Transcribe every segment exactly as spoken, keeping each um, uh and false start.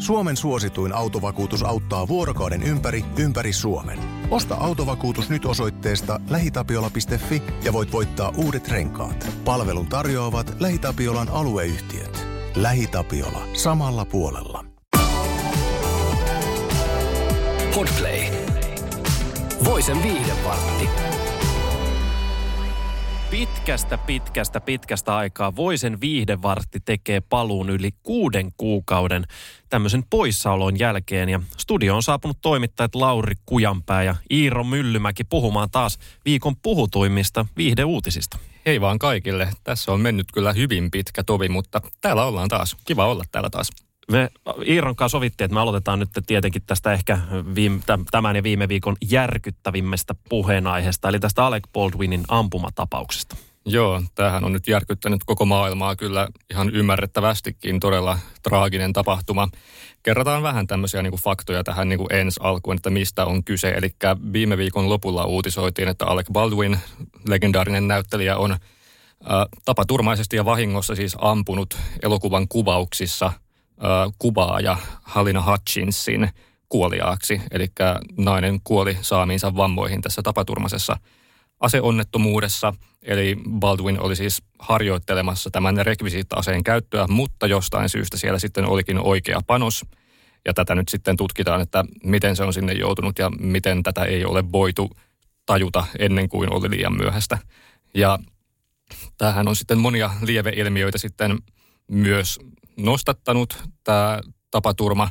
Suomen suosituin autovakuutus auttaa vuorokauden ympäri, ympäri Suomen. Osta autovakuutus nyt osoitteesta lähitapiola piste fi ja voit voittaa uudet renkaat. Palvelun tarjoavat LähiTapiolan alueyhtiöt. LähiTapiola. Samalla puolella. Podplay. Voisen viihdevartti. Pitkästä, pitkästä, pitkästä aikaa Voisen viihdevartti tekee paluun yli kuuden kuukauden tämmöisen poissaolon jälkeen. Ja studioon on saapunut toimittajat Lauri Kujanpää ja Iiro Myllymäki puhumaan taas viikon puhutuimmista viihdeuutisista. Hei vaan kaikille. Tässä on mennyt kyllä hyvin pitkä tovi, mutta täällä ollaan taas. Kiva olla täällä taas. Me Iiron kanssa sovittiin, että me aloitetaan nyt tietenkin tästä ehkä viime, tämän ja viime viikon järkyttävimmästä puheenaiheesta, eli tästä Alec Baldwinin ampumatapauksesta. Joo, tämähän on nyt järkyttänyt koko maailmaa kyllä ihan ymmärrettävästikin, todella traaginen tapahtuma. Kerrataan vähän tämmöisiä niin kuin faktoja tähän niin kuin ensi alkuun, että mistä on kyse. Eli viime viikon lopulla uutisoitiin, että Alec Baldwin, legendaarinen näyttelijä, on ä, tapaturmaisesti ja vahingossa siis ampunut elokuvan kuvauksissa kuvaaja Halina Hutchinsin kuoliaaksi. Eli nainen kuoli saamiinsa vammoihin tässä tapaturmaisessa aseonnettomuudessa. Eli Baldwin oli siis harjoittelemassa tämän rekvisiitta-aseen käyttöä, mutta jostain syystä siellä sitten olikin oikea panos. Ja tätä nyt sitten tutkitaan, että miten se on sinne joutunut ja miten tätä ei ole voitu tajuta ennen kuin oli liian myöhäistä. Ja tämähän on sitten monia lieveilmiöitä sitten myös nostattanut tämä tapaturma,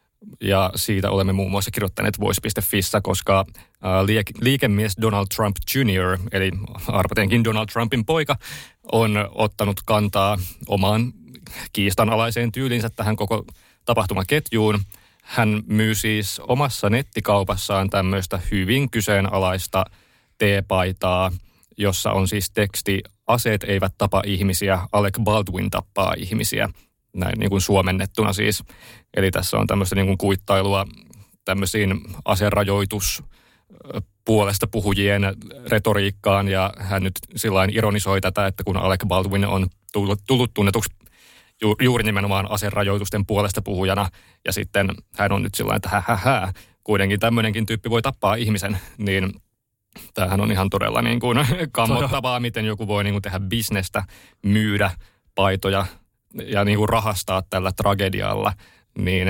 ja siitä olemme muun muassa kirjoittaneet voice piste fissä, koska liike- liikemies Donald Trump junior, eli arvatenkin Donald Trumpin poika, on ottanut kantaa omaan kiistanalaiseen tyylinsä tähän koko tapahtumaketjuun. Hän myy siis omassa nettikaupassaan tämmöistä hyvin kyseenalaista teepaitaa, jossa on siis teksti "Aseet eivät tapa ihmisiä, Alec Baldwin tappaa ihmisiä". Näin niin kuin suomennettuna siis. Eli tässä on tämmöistä niin kuin kuittailua tämmöisiin aserajoitus puolesta puhujien retoriikkaan, ja hän nyt sillain ironisoi tätä, että kun Alec Baldwin on tullut, tullut tunnetuksi ju, juuri nimenomaan aserajoitusten puolesta puhujana, ja sitten hän on nyt sillain, että hä, hä, hä, kuitenkin tämmöinenkin tyyppi voi tappaa ihmisen, niin tämähän on ihan todella niin kuin kammottavaa, miten joku voi niin kuin tehdä bisnestä, myydä paitoja ja niin kuin rahastaa tällä tragedialla, niin...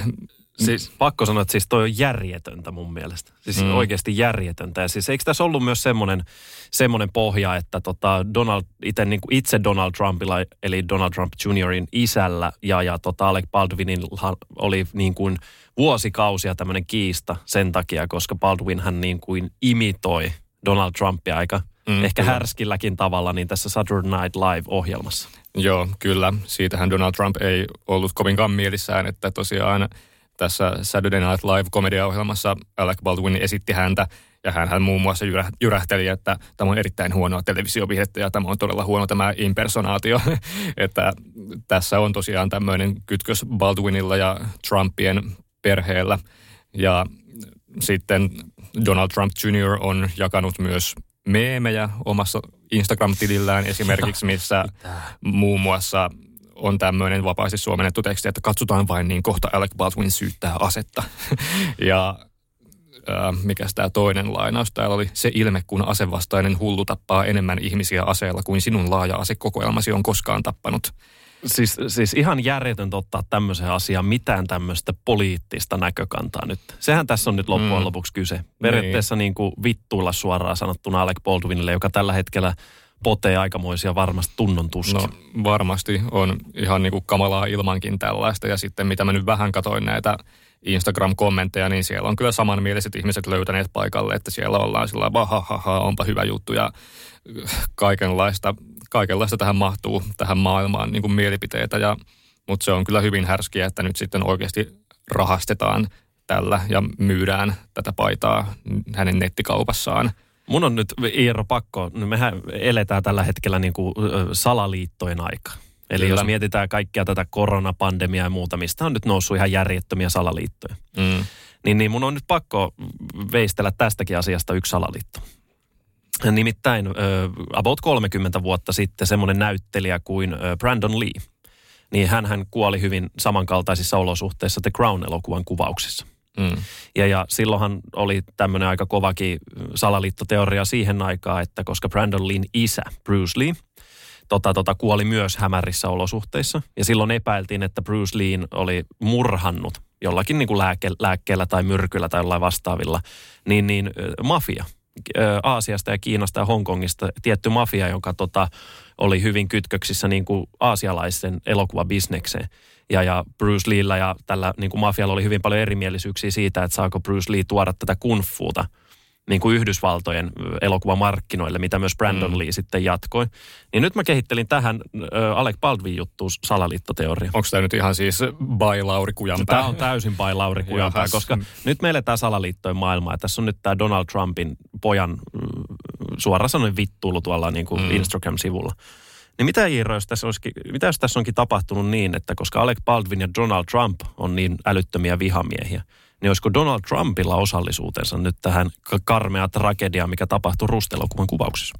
Siis pakko sanoa, että siis toi on järjetöntä mun mielestä. Siis mm. oikeasti järjetöntä. Ja siis eikö tässä ollut myös semmoinen, semmoinen pohja, että tota Donald, itse, niin kuin itse Donald Trumpilla, eli Donald Trump juniorin isällä ja, ja tota Alec Baldwinin oli niin kuin vuosikausia tämmöinen kiista sen takia, koska Baldwin hän niin kuin imitoi Donald Trumpia aika mm, ehkä kyllä. härskilläkin tavalla niin tässä Saturday Night Live-ohjelmassa. Joo, kyllä. Siitähän Donald Trump ei ollut kovinkaan mielissään, että tosiaan tässä Saturday Night Live-komediaohjelmassa Alec Baldwin esitti häntä, ja hän muun muassa jyrähteli, että tämä on erittäin huonoa televisiovihdettä, ja tämä on todella huono tämä impersonaatio, että tässä on tosiaan tämmöinen kytkös Baldwinilla ja Trumpien perheellä, ja sitten Donald Trump junior on jakanut myös meemejä omassa Instagram-tilillään esimerkiksi, missä muun muassa on tämmöinen vapaasti suomennettu teksti, että katsotaan vain niin kohta Alec Baldwin syyttää asetta. Ja äh, mikäs tämä toinen lainaus täällä oli? Se ilme, kun asevastainen hullu tappaa enemmän ihmisiä aseella kuin sinun laaja asekokoelmasi on koskaan tappanut. Siis, siis ihan järjetöntä ottaa tämmöisen asiaan mitään tämmöistä poliittista näkökantaa nyt. Sehän tässä on nyt loppujen mm. lopuksi kyse. Periaatteessa niin. niin kuin vittuilla suoraan sanottuna Alec Baldwinille, joka tällä hetkellä potee aikamoisia varmasti tunnon tuskia. No varmasti on ihan niin kuin kamalaa ilmankin tällaista, ja sitten mitä mä nyt vähän katoin näitä Instagram-kommentteja, niin siellä on kyllä samanmieliset ihmiset löytäneet paikalle, että siellä ollaan sillä vahahaha, onpa hyvä juttu, ja kaikenlaista, kaikenlaista tähän mahtuu, tähän maailmaan niin kuin mielipiteitä, ja, mutta se on kyllä hyvin härskiä, että nyt sitten oikeasti rahastetaan tällä ja myydään tätä paitaa hänen nettikaupassaan. Mun on nyt, Iiro, pakko, mehän eletään tällä hetkellä niin kuin salaliittojen aikaa. Eli Kyllä. jos mietitään kaikkia tätä koronapandemiaa ja muuta, mistä on nyt noussut ihan järjettömiä salaliittoja, mm. niin, niin mun on nyt pakko veistellä tästäkin asiasta yksi salaliitto. Nimittäin uh, about kolmekymmentä vuotta sitten semmoinen näyttelijä kuin uh, Brandon Lee. niin hänhän kuoli hyvin samankaltaisissa olosuhteissa The Crown-elokuvan kuvauksissa. Mm. Ja, ja silloinhan oli tämmöinen aika kovakin salaliittoteoria siihen aikaan, että koska Brandon Leen isä, Bruce Lee, tota, tota, kuoli myös hämärissä olosuhteissa. Ja silloin epäiltiin, että Bruce Lee oli murhannut jollakin niin kuin lääke, lääkkeellä tai myrkyllä tai jollain vastaavilla, niin, niin mafia. Aasiasta ja Kiinasta ja Hongkongista tietty mafia, joka tota, oli hyvin kytköksissä niin kuin aasialaisen elokuvabisnekseen. Ja, ja Bruce Leellä ja tällä niin kuin mafialla oli hyvin paljon erimielisyyksiä siitä, että saako Bruce Lee tuoda tätä kung-fuuta niin kuin Yhdysvaltojen elokuvamarkkinoille, mitä myös Brandon mm. Lee sitten jatkoi. Niin nyt mä kehittelin tähän äh, Alec Baldwin juttuun salaliittoteoria. Onko tämä nyt ihan siis by Lauri Kujanpää? Tämä on täysin by Lauri Kujanpää, koska nyt meillä tämä salaliittojen maailma. Ja tässä on nyt tämä Donald Trumpin pojan äh, suoraan sanoen vittuilu tuolla niin kuin mm. Instagram-sivulla. Niin mitä Iiro, jos tässä, olisikin, mitä jos tässä onkin tapahtunut niin, että koska Alec Baldwin ja Donald Trump on niin älyttömiä vihamiehiä, niin olisiko Donald Trumpilla osallisuutensa nyt tähän karmea tragediaan, mikä tapahtui Rust-elokuvan kuvauksessa?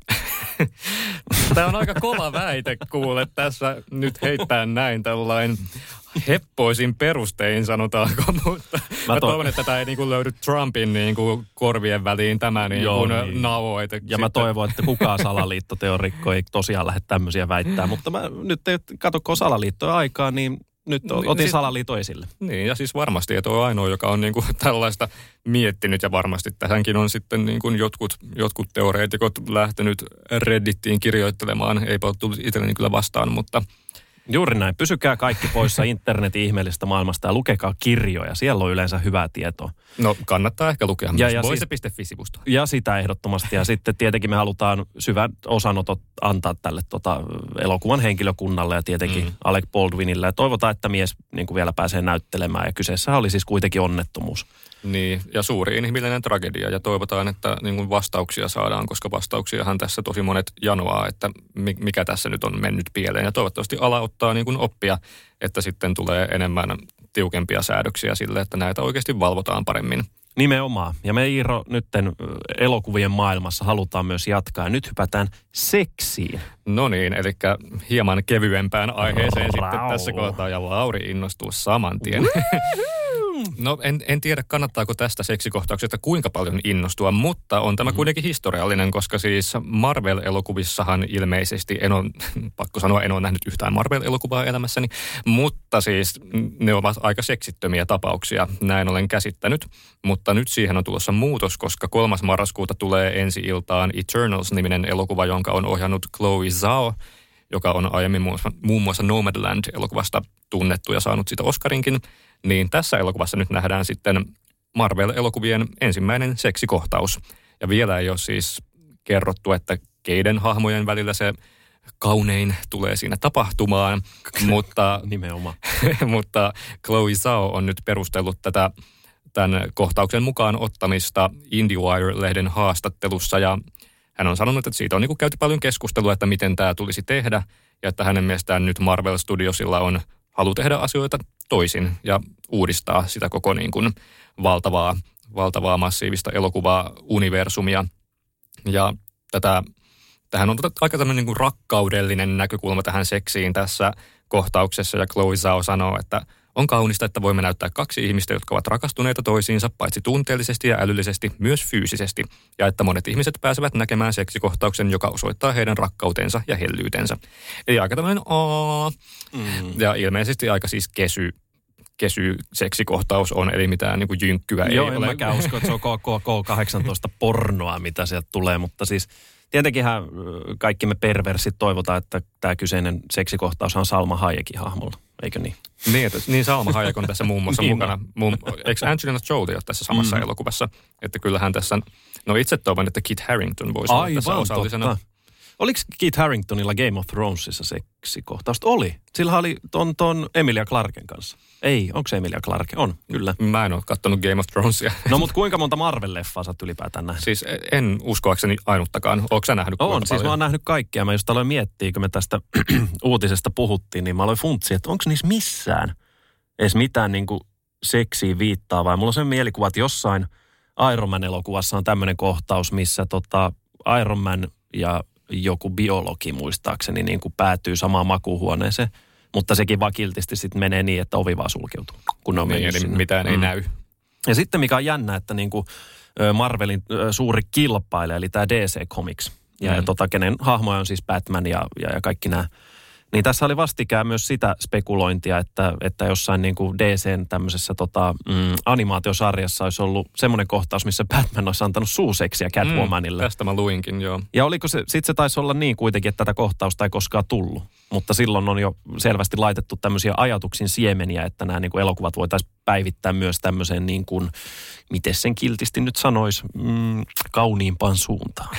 Tämä on aika kova väite, kuule. Tässä nyt heittää näin tällainen heppoisin perustein, sanotaanko, mutta mä, mä toivon, että tämä ei niinku löydy Trumpin niinku korvien väliin tämä niinku Joo, niin. nauoite. Ja sitten mä toivon, että kukaan salaliittoteorikko ei tosiaan lähde tämmöisiä väittää, mutta mä nyt katsokko salaliittoja aikaa, niin nyt niin, otin siis, salaliiton esille. Niin, ja siis varmasti, että on ainoa, joka on niin kuin tällaista miettinyt, ja varmasti tähänkin on sitten niin kuin jotkut, jotkut teoreetikot lähtenyt Reddittiin kirjoittelemaan. Eipä ole tullut itselleni kyllä vastaan, mutta juuri näin. Pysykää kaikki poissa internetin ihmeellisestä maailmasta ja lukekaa kirjoja. Siellä on yleensä hyvää tietoa. No kannattaa ehkä lukea myös voise piste fi-sivustoa. Ja sitä ehdottomasti. Ja sitten tietenkin me halutaan syvät osanotot antaa tälle tota, elokuvan henkilökunnalle ja tietenkin mm. Alec Baldwinille. Ja toivotaan, että mies niin kuin vielä pääsee näyttelemään. Ja kyseessä oli siis kuitenkin onnettomuus. Niin, ja suuri inhimillinen tragedia. Ja toivotaan, että niin kuin vastauksia saadaan, koska vastauksiahan tässä tosi monet janoaa, että mikä tässä nyt on mennyt pieleen. Ja toivottavasti ala ottaa niin kuin oppia, että sitten tulee enemmän tiukempia säädöksiä sille, että näitä oikeasti valvotaan paremmin. Nimenomaan. Ja me Iiro nytten elokuvien maailmassa halutaan myös jatkaa. Ja nyt hypätään seksiin. No niin, eli hieman kevyempään aiheeseen Rau. sitten tässä kohtaa. Ja Lauri innostuu saman tien. No en, en tiedä, kannattaako tästä seksikohtauksesta kuinka paljon innostua, mutta on tämä mm-hmm. kuitenkin historiallinen, koska siis Marvel-elokuvissahan ilmeisesti, en ole, pakko sanoa, en ole nähnyt yhtään Marvel-elokuvaa elämässäni, mutta siis ne ovat aika seksittömiä tapauksia, näin olen käsittänyt, mutta nyt siihen on tulossa muutos, koska kolmas marraskuuta tulee ensi iltaan Eternals-niminen elokuva, jonka on ohjannut Chloe Zhao, joka on aiemmin muun muassa Nomadland-elokuvasta tunnettu ja saanut sitä Oscarinkin. Niin tässä elokuvassa nyt nähdään sitten Marvel-elokuvien ensimmäinen seksikohtaus. Ja vielä ei ole siis kerrottu, että keiden hahmojen välillä se kaunein tulee siinä tapahtumaan. mutta, Nimenomaan. mutta Chloe Zhao on nyt perustellut tätä tämän kohtauksen mukaan ottamista IndieWire-lehden haastattelussa. Ja hän on sanonut, että siitä on niin kuin käyty paljon keskustelua, että miten tämä tulisi tehdä. Ja että hänen mielestään nyt Marvel Studiosilla on halu tehdä asioita toisin ja uudistaa sitä koko niin kuin valtavaa, valtavaa massiivista elokuvaa universumia. Ja tätä, tähän on aika tämmöinen niin kuin rakkaudellinen näkökulma tähän seksiin tässä kohtauksessa. Ja Chloe Zhao sanoo, että on kaunista, että voimme näyttää kaksi ihmistä, jotka ovat rakastuneita toisiinsa paitsi tunteellisesti ja älyllisesti, myös fyysisesti. Ja että monet ihmiset pääsevät näkemään seksikohtauksen, joka osoittaa heidän rakkautensa ja hellyytensä. Eli aika tämmöinen aah. Mm. Ja ilmeisesti aika siis kesy, kesy seksikohtaus on, eli mitään niin kuin jynkkyä ei Joo, ole. Joo, en mäkään usko, että se on K kahdeksantoista pornoa, mitä sieltä tulee, mutta siis tietenkinhän kaikki me perversit toivotaan, että tämä kyseinen seksikohtaus on Salma Hayekin hahmolla, eikö niin? Niin, että, niin Salma Hayek on tässä muun muassa niin mukana. Muun, eikö Angelina Jolie ole tässä samassa mm. elokuvassa? Että kyllähän tässä, no itse toivon, että Kit Harington voisi olla tässä osallisena. Totta. Oliko Kit Haringtonilla Game of Thronesissa seksikohtaus? Oli. Sillä oli ton, ton Emilia Clarken kanssa. Ei, onko se Emilia Clarke? On, kyllä. Mä en ole katsonut Game of Thronesia. No mutta kuinka monta Marvel-leffaa sä oot ylipäätään nähnyt? Siis en uskoakseni ainuttakaan. Ootko sä nähnyt kuinka On, siis paljon? mä oon nähnyt kaikkea. Mä just aloin miettiä, kun me tästä uutisesta puhuttiin, niin mä aloin funtsia, että onko niissä missään edes mitään niin kuin seksiä viittaavaa. Mulla on sen mielikuva, että jossain Iron Man-elokuvassa on tämmöinen kohtaus, missä tota Iron Man ja joku biologi muistaakseni niin kuin päätyy samaan makuuhuoneeseen. Mutta sekin vakiltisti sitten menee niin, että ovi vaan sulkeutuu, kun ne on niin, mennyt eli sinne. mitään ei mm. näy. Ja sitten mikä on jännä, että niin kuin Marvelin suuri kilpailija, eli tämä D C Comics, ja, mm. ja tota, kenen hahmoja on siis Batman ja, ja, ja kaikki nämä. Niin tässä oli vastikään myös sitä spekulointia, että, että jossain niin kuin D C:n tämmöisessä tota, mm, animaatiosarjassa olisi ollut semmoinen kohtaus, missä Batman olisi antanut suuseksiä Catwomanille. Mm, tästä mä luinkin, joo. Ja oliko se, sitten se taisi olla niin kuitenkin, että tätä kohtausta ei koskaan tullut. Mutta silloin on jo selvästi laitettu tämmöisiä ajatuksin siemeniä, että nämä niin kuin elokuvat voitaisiin päivittää myös tämmöiseen niin kuin, miten sen kiltisti nyt sanoisi, mm, kauniimpaan suuntaan.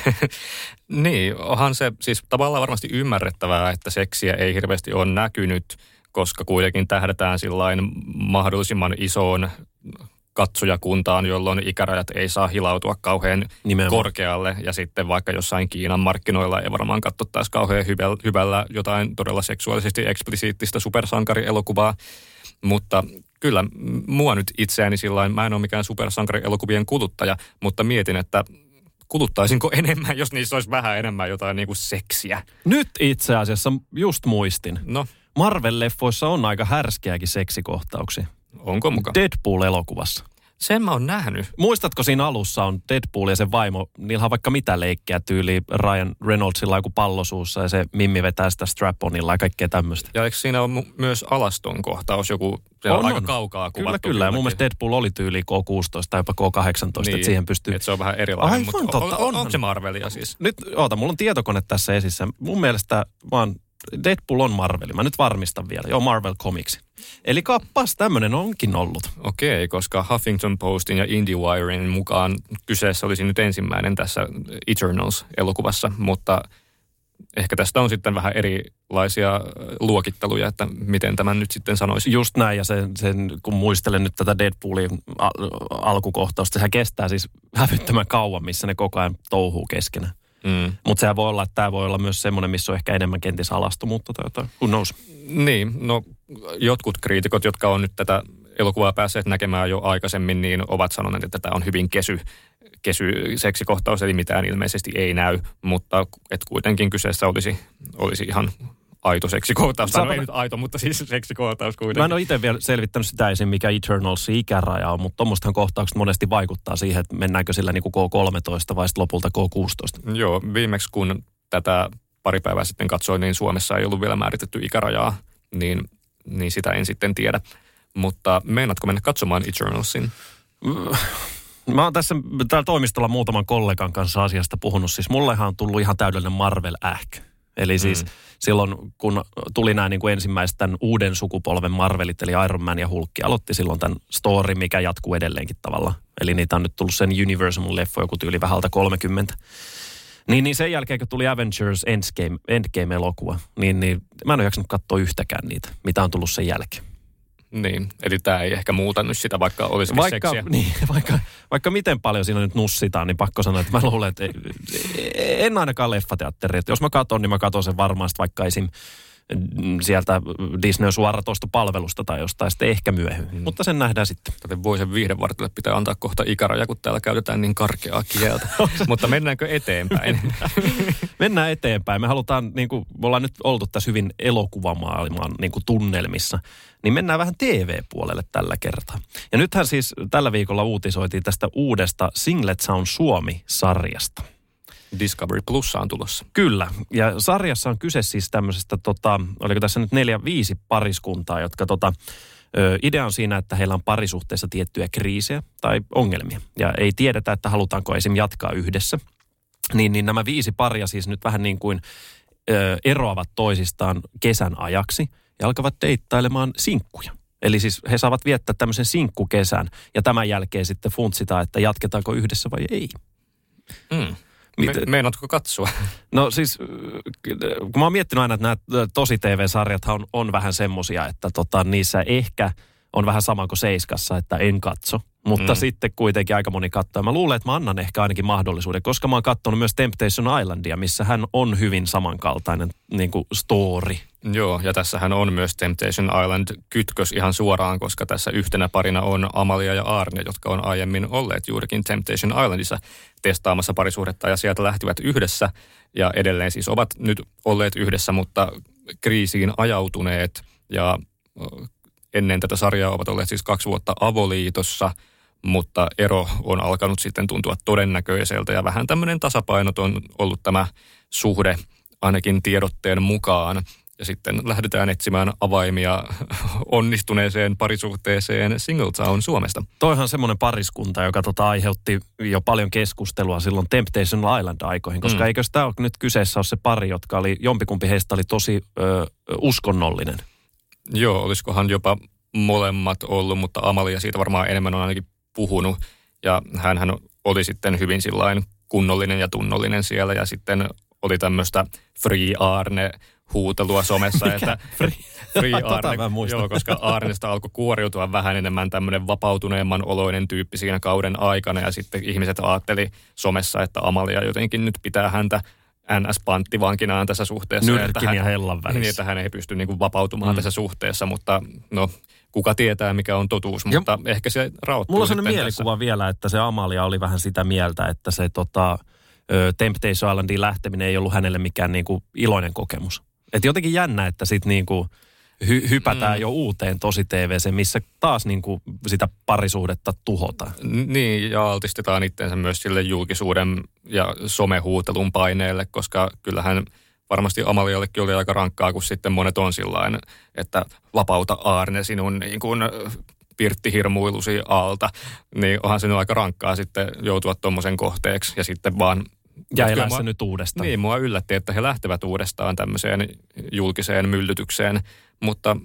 Niin, onhan se siis tavallaan varmasti ymmärrettävää, että seksiä ei hirveästi ole näkynyt, koska kuitenkin tähdätään sillain mahdollisimman isoon katsojakuntaan, jolloin ikärajat ei saa hilautua kauhean Nimenomaan. korkealle. Ja sitten vaikka jossain Kiinan markkinoilla ei varmaan katsottaisi kauhean hyvällä jotain todella seksuaalisesti eksplisiittistä supersankarielokuvaa. Mutta kyllä mua nyt itseäni sillain, mä en ole mikään supersankarielokuvien kuluttaja, mutta mietin, että kuluttaisinko enemmän, jos niissä olisi vähän enemmän jotain niin kuin seksiä. Nyt itse asiassa just muistin. No. Marvel-leffoissa on aika härskeäkin seksikohtauksia. Onko muka? Deadpool-elokuvassa. Sen mä oon nähnyt. Muistatko siinä alussa on Deadpool ja sen vaimo, niillä on vaikka mitä leikkiä tyyliin Ryan Reynoldsilla joku pallosuussa ja se Mimmi vetää sitä strap-onilla ja kaikkea tämmöistä. Ja eikö siinä ole myös alaston kohtaus, joku se on, on aika kaukaa kuvattu. Kyllä, kyllä. Ja mun mielestä Deadpool oli tyyli K kuusitoista tai jopa K kahdeksantoista, niin, että siihen pystyy. Että se on vähän erilainen, Aivan mutta totta, on, on, onko se Marvelia siis? Nyt, oota, mulla on tietokone tässä esissä. Mun mielestä vaan Deadpool on Marveli. Mä nyt varmistan vielä. Joo, Marvel Comics. Eli kappas, tämmönen onkin ollut. Okei, koska Huffington Postin ja IndieWirein mukaan kyseessä olisi nyt ensimmäinen tässä Eternals-elokuvassa, mutta ehkä tästä on sitten vähän erilaisia luokitteluja, että miten tämän nyt sitten sanoisi. Just näin, ja sen, sen kun muistelen nyt tätä Deadpoolin al- alkukohtausta, sehän kestää siis hävyttömän kauan, missä ne koko ajan touhuu keskenään. Mm. Mutta sehän voi olla, että tämä voi olla myös semmoinen, missä on ehkä enemmän kenties alastomuutta tai jotain. Who knows? Niin, no jotkut kriitikot, jotka on nyt tätä elokuvaa päässeet näkemään jo aikaisemmin, niin ovat sanoneet, että tämä on hyvin kesy, kesy seksikohtaus, eli mitään ilmeisesti ei näy, mutta et kuitenkin kyseessä olisi, olisi ihan aito seksikohtaus. Tai no ei nyt aito, mutta siis seksikohtaus kuitenkin. Mä en ole itse vielä selvittänyt sitä esim. Mikä Eternalsin ikäraja on, mutta tuommoistahan kohtaukset monesti vaikuttaa siihen, että mennäänkö sillä niin kuin K kolmetoista vai sitten lopulta K kuusitoista. Joo, viimeksi kun tätä pari päivää sitten katsoin, niin Suomessa ei ollut vielä määritetty ikärajaa, niin, niin sitä en sitten tiedä. Mutta meinaatko mennä katsomaan Eternalsin? Mä oon tässä täällä toimistolla muutaman kollegan kanssa asiasta puhunut. Siis mullehan on tullut ihan täydellinen Marvel-ähk. Eli siis mm. silloin, kun tuli nämä niin kuin ensimmäiset tämän uuden sukupolven Marvelit, eli Iron Man ja Hulk, aloitti silloin tämän story, mikä jatkuu edelleenkin tavallaan. Eli niitä on nyt tullut sen Universal-leffo, joku tyyli vähän alta kolmekymmentä. Niin, niin sen jälkeen, kun tuli Avengers Endgame, Endgame-elokuva, niin, niin mä en ole jaksanut katsoa yhtäkään niitä, mitä on tullut sen jälkeen. Niin, eli tämä ei ehkä muuta nyt sitä, vaikka olisikin vaikka, seksiä. Niin, vaikka, vaikka miten paljon siinä nyt nussitaan, niin pakko sanoa, että mä luulen, että en ainakaan leffateatteri. Että jos mä katson, niin mä katson sen varmaan vaikka esim. Sieltä Disney suoratoista palvelusta tai jostain sitten ehkä myöhemmin. Mm. Mutta sen nähdään sitten. Täten voi sen viihdevartille pitää antaa kohta ikäraja, kun täällä käytetään niin karkeaa kieltä. Mutta mennäänkö eteenpäin? Mennään eteenpäin. Me halutaan, niin kuin me ollaan nyt oltu tässä hyvin elokuvamaailman niin kuin tunnelmissa, niin mennään vähän T V-puolelle tällä kertaa. Ja nythän siis tällä viikolla uutisoitiin tästä uudesta Singlet Sound Suomi-sarjasta. Discovery Plussa on tulossa. Kyllä, ja sarjassa on kyse siis tämmöisestä, tota, oliko tässä nyt neljä, viisi pariskuntaa, jotka tota, ö, idea on siinä, että heillä on parisuhteessa tiettyjä kriisejä tai ongelmia. Ja ei tiedetä, että halutaanko esim. Jatkaa yhdessä. Niin, niin nämä viisi paria siis nyt vähän niin kuin ö, eroavat toisistaan kesän ajaksi ja alkavat deittailemaan sinkkuja. Eli siis he saavat viettää tämmöisen sinkkukesän ja tämän jälkeen sitten funtsitaan, että jatketaanko yhdessä vai ei. Mm. Me, meinaatko katsoa? No siis, kun mä oon miettinyt aina, että nämä tosi T V-sarjathan on, on vähän semmosia, että tota, niissä ehkä on vähän sama kuin Seiskassa, että en katso. Mutta mm. sitten kuitenkin aika moni katsoo. Mä luulen, että mä annan ehkä ainakin mahdollisuuden, koska mä oon katsonut myös Temptation Islandia, missä hän on hyvin samankaltainen niin kuin story. Joo, ja tässähän on myös Temptation Island kytkös ihan suoraan, koska tässä yhtenä parina on Amalia ja Aarne, jotka on aiemmin olleet juurikin Temptation Islandissa testaamassa parisuhdetta, ja sieltä lähtivät yhdessä, ja edelleen siis ovat nyt olleet yhdessä, mutta kriisiin ajautuneet, ja ennen tätä sarjaa ovat olleet siis kaksi vuotta avoliitossa, mutta ero on alkanut sitten tuntua todennäköiseltä ja vähän tämmöinen tasapainot on ollut tämä suhde ainakin tiedotteen mukaan. Ja sitten lähdetään etsimään avaimia onnistuneeseen parisuhteeseen Singletown Suomesta. Toihan semmoinen pariskunta, joka tota aiheutti jo paljon keskustelua silloin Temptation Island-aikoihin, koska mm. eikös tämä ole nyt kyseessä ole se pari, jotka oli, jompikumpi heistä oli tosi ö, uskonnollinen. Joo, olisikohan jopa molemmat ollut, mutta Amalia siitä varmaan enemmän on ainakin puhunut. Ja hänhän oli sitten hyvin sillain kunnollinen ja tunnollinen siellä ja sitten oli tämmöistä Free Arne huutelua somessa, mikä? että Free, free tota Arne, joo, koska Arnesta alkoi kuoriutua vähän enemmän tämmöinen vapautuneemman oloinen tyyppi siinä kauden aikana ja sitten ihmiset ajatteli somessa, että Amalia jotenkin nyt pitää häntä N S-panttivankinaan tässä suhteessa. Nyrkin ja hellan välissä. Niin, että hän ei pysty niin kuin vapautumaan mm. tässä suhteessa, mutta no kuka tietää mikä on totuus, ja mutta ehkä se raottuu. Mulla on sellainen mielikuva tässä vielä, että se Amalia oli vähän sitä mieltä, että se tota, Temptation Islandiin lähteminen ei ollut hänelle mikään niinku iloinen kokemus. Että jotenkin jännä, että sitten niinku hy- hypätään mm. jo uuteen tosi T V-seen, missä taas niinku sitä parisuhdetta tuhotaan. Niin, ja altistetaan itseensä myös sille julkisuuden ja somehuutelun paineelle, koska kyllähän varmasti Amaliallekin oli aika rankkaa, kun sitten monet on sillain, että vapauta Aarne sinun niin kuin pirttihirmuilusi alta. Niin onhan se nyt aika rankkaa sitten joutua tuommoisen kohteeksi ja sitten vaan ja elää se nyt uudestaan. Niin, mua yllätti, että he lähtevät uudestaan tämmöiseen julkiseen myllytykseen, mutta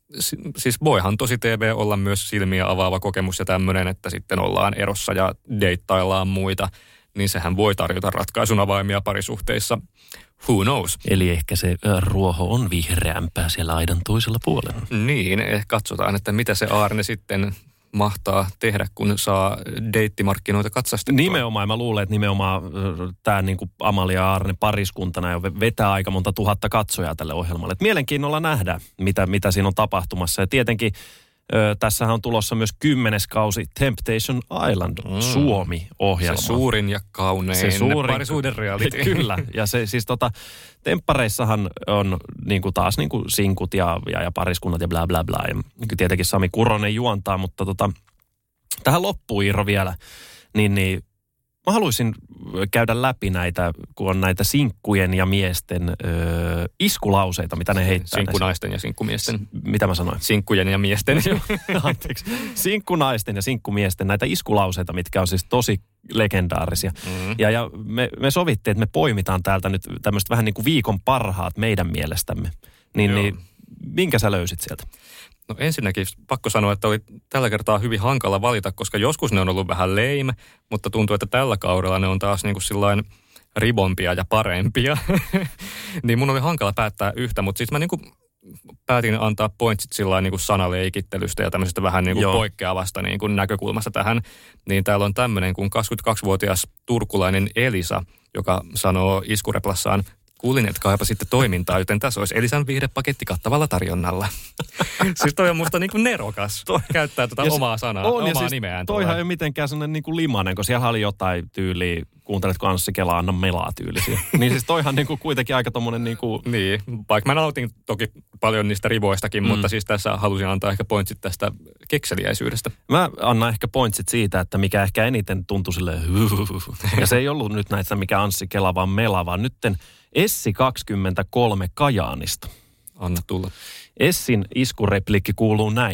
siis voihan tosi T V olla myös silmiä avaava kokemus ja tämmöinen, että sitten ollaan erossa ja deittaillaan muita, niin sehän voi tarjota ratkaisun avaimia parisuhteissa. Who knows? Eli ehkä se ruoho on vihreämpää siellä aidan toisella puolella. Niin, katsotaan, että mitä se Aarne sitten mahtaa tehdä, kun saa deittimarkkinoita katsastettua. Nimenomaan, mä luulen, että nimenomaan tämä niinku Amalia ja Aarne pariskuntana jo vetää aika monta tuhatta katsojaa tälle ohjelmalle. Et mielenkiinnolla nähdä, mitä, mitä siinä on tapahtumassa. Ja tietenkin ö, tässähän on tulossa myös kymmenes kausi Temptation Island mm. Suomi-ohjelma. Se suurin ja kaunein se suurin, parisuuden reality. Kyllä, ja se siis tota, temppareissahan on niinku taas niinku sinkut ja, ja, ja pariskunnat ja bla bla bla. Ja tietenkin Sami Kuronen juontaa, mutta tota, tähän loppuu Iiro vielä, niin, niin mä haluaisin käydä läpi näitä, kun on näitä sinkkujen ja miesten öö, iskulauseita, mitä ne heittää. Sinkkunaisten ja sinkkumiesten. Mitä mä sanoin? Sinkkujen ja miesten. Anteeksi. Sinkkunaisten ja sinkkumiesten näitä iskulauseita, mitkä on siis tosi legendaarisia. Mm-hmm. Ja, ja me, me sovittiin, että me poimitaan täältä nyt tämmöistä vähän niin kuin viikon parhaat meidän mielestämme. Niin, niin minkä sä löysit sieltä? No ensinnäkin pakko sanoa, että oli tällä kertaa hyvin hankala valita, koska joskus ne on ollut vähän lame, mutta tuntuu, että tällä kaudella ne on taas niin kuin sillain ribompia ja parempia. Niin mun oli hankala päättää yhtä, mutta siis mä niin kuin päätin antaa pointsit sillain niin kuin sanaleikittelystä ja tämmöisestä vähän niin kuin poikkeavasta niin kuin näkökulmasta tähän. Niin täällä on tämmöinen kuin kaksikymmentäkaksivuotias turkulainen Elisa, joka sanoo iskureplassaan: kuulin, että kaipasitte toimintaa, joten tässä olisi Elisan viihdepaketti kattavalla tarjonnalla. Siis toi on musta niinku nerokas. Toi käyttää tota omaa sanaa, on, omaa siis nimeään. Toihan ei ole mitenkään sellainen niinku limainen, kun siellä oli jotain tyyliä, kuunteletko Anssi Kelaa, anna melaa tyylisiä. Niin siis toihan niinku kuitenkin aika tommonen niinku... Niin, vaikka mä nautin toki paljon niistä rivoistakin, mm. mutta siis tässä halusin antaa ehkä pointsit tästä kekseliäisyydestä. Mä annan ehkä pointsit siitä, että mikä ehkä eniten tuntui silleen... Ja se ei ollut nyt näitä mikä Anssi Kela, vaan mela, vaan nytten Essi kaksikymmentäkolme Kajaanista. Anna tulla. Essin iskurepliikki kuuluu näin.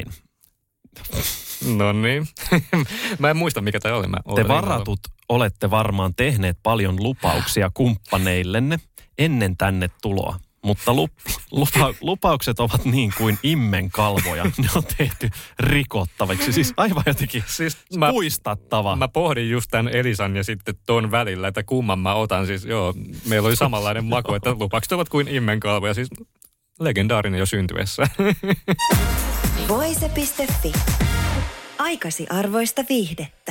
No niin. Mä en muista, mikä tämä oli. Mä Te varatut olette varmaan tehneet paljon lupauksia kumppaneillenne ennen tänne tuloa. Mutta lup- lupa- lupaukset ovat niin kuin immenkalvoja. Ne on tehty rikottaviksi. Siis aivan jotenkin siis mä, puistattava. Mä pohdin just tämän Elisan ja sitten ton välillä, että kumman mä otan. Siis joo, meillä oli samanlainen maku, että lupaukset ovat kuin immenkalvoja. Siis legendaarinen jo syntyessä. Voise piste fi. Aikasi arvoista viihdettä.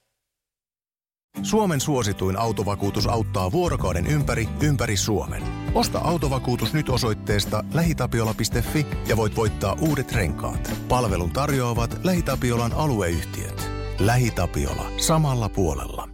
Suomen suosituin autovakuutus auttaa vuorokauden ympäri, ympäri Suomen. Osta autovakuutus nyt osoitteesta lähitapiola piste fi ja voit voittaa uudet renkaat. Palvelun tarjoavat LähiTapiolan alueyhtiöt. LähiTapiola. Samalla puolella.